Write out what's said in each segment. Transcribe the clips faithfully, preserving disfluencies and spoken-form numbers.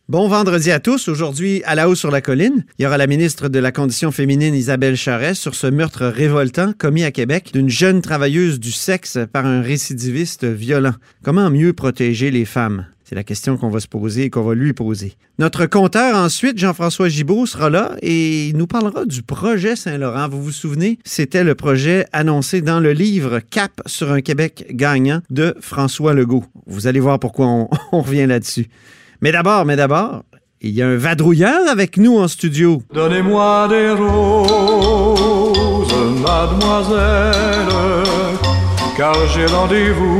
Bon vendredi à tous. Aujourd'hui, à La Haut sur la colline, il y aura la ministre de la Condition féminine Isabelle Charest sur ce meurtre révoltant commis à Québec d'une jeune travailleuse du sexe par un récidiviste violent. Comment mieux protéger les femmes? C'est la question qu'on va se poser et qu'on va lui poser. Notre conteur ensuite, Jean-François Gibault, sera là et il nous parlera du projet Saint-Laurent. Vous vous souvenez? C'était le projet annoncé dans le livre « Cap sur un Québec gagnant » de François Legault. Vous allez voir pourquoi on, on revient là-dessus. Mais d'abord, mais d'abord, il y a un vadrouilleur avec nous en studio. Donnez-moi des roses, mademoiselle, car j'ai rendez-vous.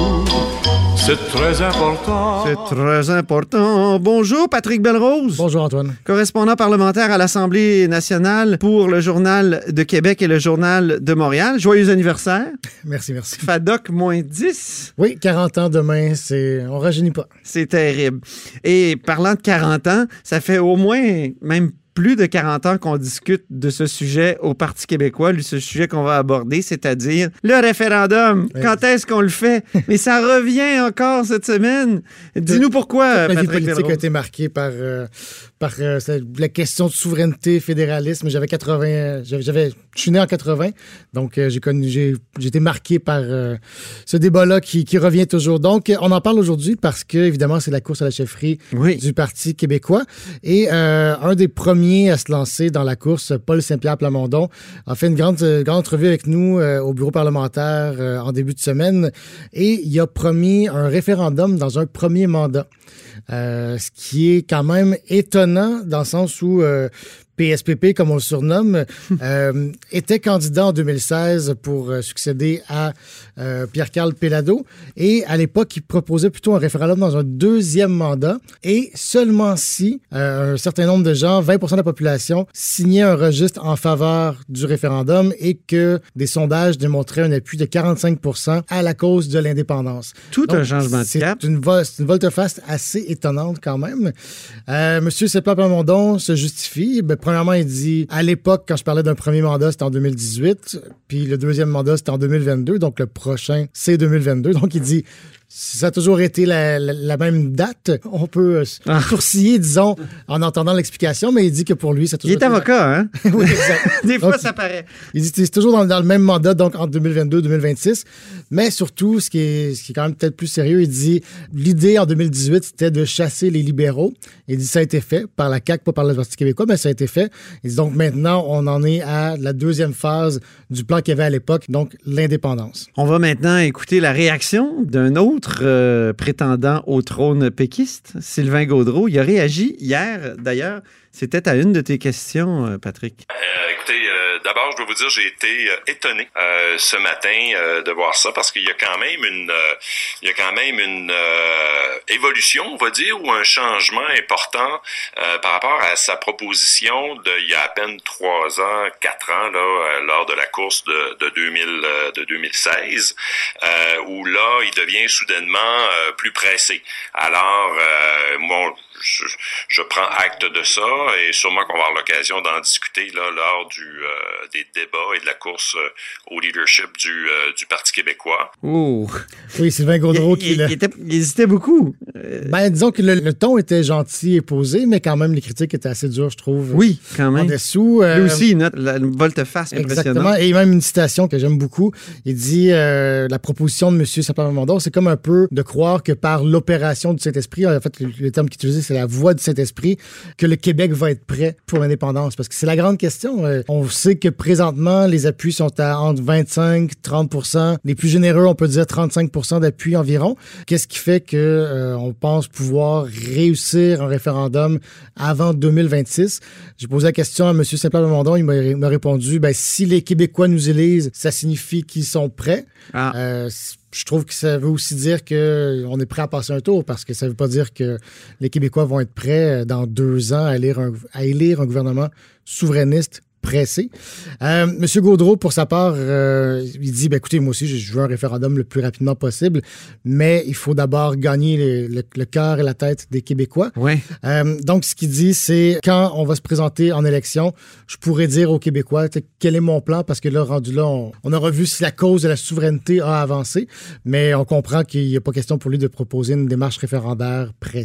C'est très important. C'est très important. Bonjour, Patrick Belrose. Bonjour, Antoine. Correspondant parlementaire à l'Assemblée nationale pour le Journal de Québec et le Journal de Montréal. Joyeux anniversaire. Merci, merci. Fadoc moins dix. Oui, quarante ans demain, c'est... on rajeunit pas. C'est terrible. Et parlant de quarante ans, ça fait au moins même plus de quarante ans qu'on discute de ce sujet au Parti québécois, ce sujet qu'on va aborder, c'est-à-dire le référendum. Oui. Quand est-ce qu'on le fait? Mais ça revient encore cette semaine. Dis-nous pourquoi, Patrick. La vie politique Belrose a été marquée par, euh, par euh, la question de souveraineté, fédéralisme. J'avais quatre-vingts... J'avais, je suis né en quatre-vingts, donc euh, j'ai, connu, j'ai, j'ai été marqué par euh, ce débat-là qui, qui revient toujours. Donc, on en parle aujourd'hui parce que, évidemment, c'est la course à la chefferie oui. du Parti québécois. Et euh, un des premiers à se lancer dans la course, Paul Saint-Pierre Plamondon, a fait une grande, grande entrevue avec nous euh, au bureau parlementaire euh, en début de semaine et il a promis un référendum dans un premier mandat. Euh, ce qui est quand même étonnant dans le sens où euh, P S P P, comme on le surnomme, euh, était candidat en deux mille seize pour euh, succéder à euh, Pierre-Carl Péladeau. Et à l'époque, il proposait plutôt un référendum dans un deuxième mandat. Et seulement si euh, un certain nombre de gens, vingt pour cent de la population, signaient un registre en faveur du référendum et que des sondages démontraient un appui de quarante-cinq pour cent à la cause de l'indépendance. Tout Donc, un changement de cap. C'est une, vo- c'est une volte-face assez étonnante quand même. Euh, Monsieur Saint-Pierre Plamondon se justifie. Ben, premièrement, il dit, à l'époque, quand je parlais d'un premier mandat, c'était en deux mille dix-huit, puis le deuxième mandat, c'était en deux mille vingt-deux, donc le prochain, c'est deux mille vingt-deux. Donc, il dit, ça a toujours été la, la, la même date. On peut ah. sourciller, disons, en entendant l'explication, mais il dit que pour lui, ça a toujours Il est avocat, hein? Oui, exact. Des fois, donc, ça paraît. Il dit que c'est toujours dans, dans le même mandat, donc entre deux mille vingt-deux et deux mille vingt-six. Mais surtout, ce qui est, ce qui est quand même peut-être plus sérieux, il dit, l'idée en deux mille dix-huit, c'était de chasser les libéraux. Il dit, ça a été fait par la C A Q, pas par le Parti québécois, mais ça a été fait. Il dit, donc maintenant, on en est à la deuxième phase du plan qu'il y avait à l'époque, donc l'indépendance. On va maintenant écouter la réaction d'un autre Euh, prétendant au trône péquiste, Sylvain Gaudreault. Il a réagi hier, d'ailleurs. C'était à une de tes questions, euh, Patrick. Euh, écoutez, euh, d'abord, je dois vous dire, j'ai été euh, étonné euh, ce matin euh, de voir ça parce qu'il y a quand même une, euh, il y a quand même une euh, évolution, on va dire, ou un changement important euh, par rapport à sa proposition de il y a à peine trois ans, quatre ans là, euh, lors de la course de, de deux mille euh, de deux mille seize, euh, où là, il devient soudainement euh, plus pressé. Alors, euh, moi, je, je prends acte de ça et sûrement qu'on va avoir l'occasion d'en discuter là lors du euh, des débats et de la course euh, au leadership du euh, du Parti québécois. Oh. Oui, Sylvain Gaudreault il, qui il, il, était, il hésitait beaucoup. Euh... Ben, disons que le, le ton était gentil et posé, mais quand même, les critiques étaient assez dures, je trouve. Oui, quand même. En dessous. Euh... Lui aussi, il note la, une volte-face impressionnante. Exactement. Et même une citation que j'aime beaucoup. Il dit euh, la proposition de M. Saint-Pierre Plamondon, c'est comme un peu de croire que par l'opération du Saint-Esprit, en fait, le, le terme qu'il utilisait, c'est la voix du Saint-Esprit, que le Québec va être prêt pour l'indépendance. Parce que c'est la grande question. Euh, on sait que présentement, les appuis sont à entre vingt-cinq et trente pour cent. Les plus généreux, on peut dire trente-cinq pour cent d'appui environ. Qu'est-ce qui fait que euh, on pense pouvoir réussir un référendum avant deux mille vingt-six? J'ai posé la question à M. Saint-Pierre Plamondon. Il m'a, il m'a répondu, ben, si les Québécois nous élisent, ça signifie qu'ils sont prêts. Ah. Euh, je trouve que ça veut aussi dire qu'on est prêt à passer un tour parce que ça ne veut pas dire que les Québécois vont être prêts dans deux ans à élire un, à élire un gouvernement souverainiste pressé. Euh, Monsieur Gaudreault, pour sa part, euh, il dit, ben, écoutez, moi aussi, je veux un référendum le plus rapidement possible, mais il faut d'abord gagner le, le, le cœur et la tête des Québécois. Ouais. Euh, donc, ce qu'il dit, c'est quand on va se présenter en élection, je pourrais dire aux Québécois quel est mon plan, parce que là, rendu là, on, on aura vu si la cause de la souveraineté a avancé, mais on comprend qu'il n'y a pas question pour lui de proposer une démarche référendaire pressée.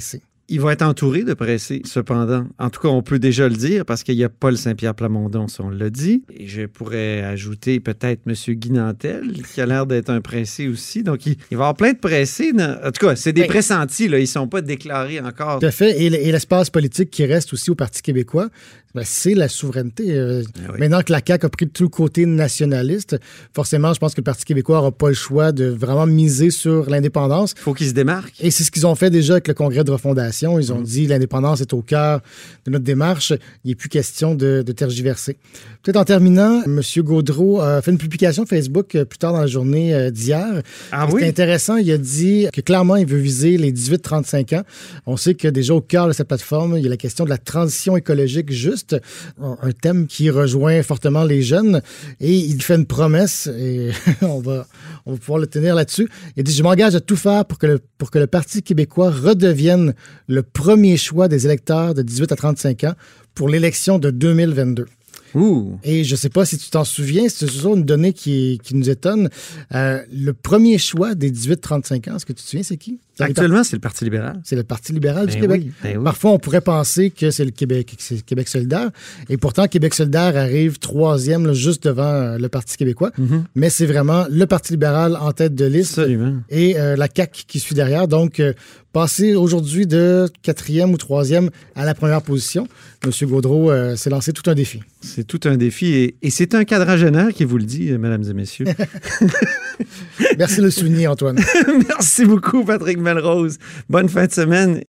Il va être entouré de pressés, cependant. En tout cas, on peut déjà le dire, parce qu'il y a Paul Saint-Pierre Plamondon, si on l'a dit. Et je pourrais ajouter peut-être M. Guy Nantel, qui a l'air d'être un pressé aussi. Donc, il, il va y avoir plein de pressés. Dans... En tout cas, c'est des oui. pressentis, là. Ils ne sont pas déclarés encore. Tout à fait. Et, et l'espace politique qui reste aussi au Parti québécois, ben, c'est la souveraineté. Euh, oui. Maintenant que la C A Q a pris tout le côté nationaliste, forcément, je pense que le Parti québécois n'aura pas le choix de vraiment miser sur l'indépendance. Il faut qu'il se démarque. Et c'est ce qu'ils ont fait déjà avec le congrès de refondation. Ils ont mmh. dit l'indépendance est au cœur de notre démarche. Il n'est plus question de, de tergiverser. Peut-être en terminant, M. Gaudreault a fait une publication Facebook plus tard dans la journée d'hier. Ah oui? C'était intéressant. Il a dit que clairement, il veut viser les dix-huit trente-cinq ans. On sait que déjà au cœur de cette plateforme, il y a la question de la transition écologique juste, un thème qui rejoint fortement les jeunes. Et il fait une promesse, et on va, on va pouvoir le tenir là-dessus. Il dit « Je m'engage à tout faire pour que le, pour que le Parti québécois redevienne le premier choix des électeurs de dix-huit à trente-cinq ans pour l'élection de deux mille vingt-deux. » Ouh. Et je ne sais pas si tu t'en souviens, c'est toujours une donnée qui, qui nous étonne. Euh, le premier choix des dix-huit trente-cinq ans, est-ce que tu te souviens, c'est qui? Actuellement, c'est le Parti libéral. C'est le Parti libéral ben du Québec. Oui, ben oui. Parfois, on pourrait penser que c'est le Québec, c'est le Québec solidaire. Et pourtant, Québec solidaire arrive troisième, là, juste devant euh, le Parti québécois. Mm-hmm. Mais c'est vraiment le Parti libéral en tête de liste. Absolument. Et euh, la C A Q qui suit derrière. Donc, euh, passer aujourd'hui de quatrième ou troisième à la première position, M. Gaudreault euh, s'est lancé tout un défi. C'est tout un défi. Et, et c'est un quadragénaire qui vous le dit, mesdames et messieurs. Merci de le souligner, Antoine. Merci beaucoup, Patrick Melrose. Bonne fin de semaine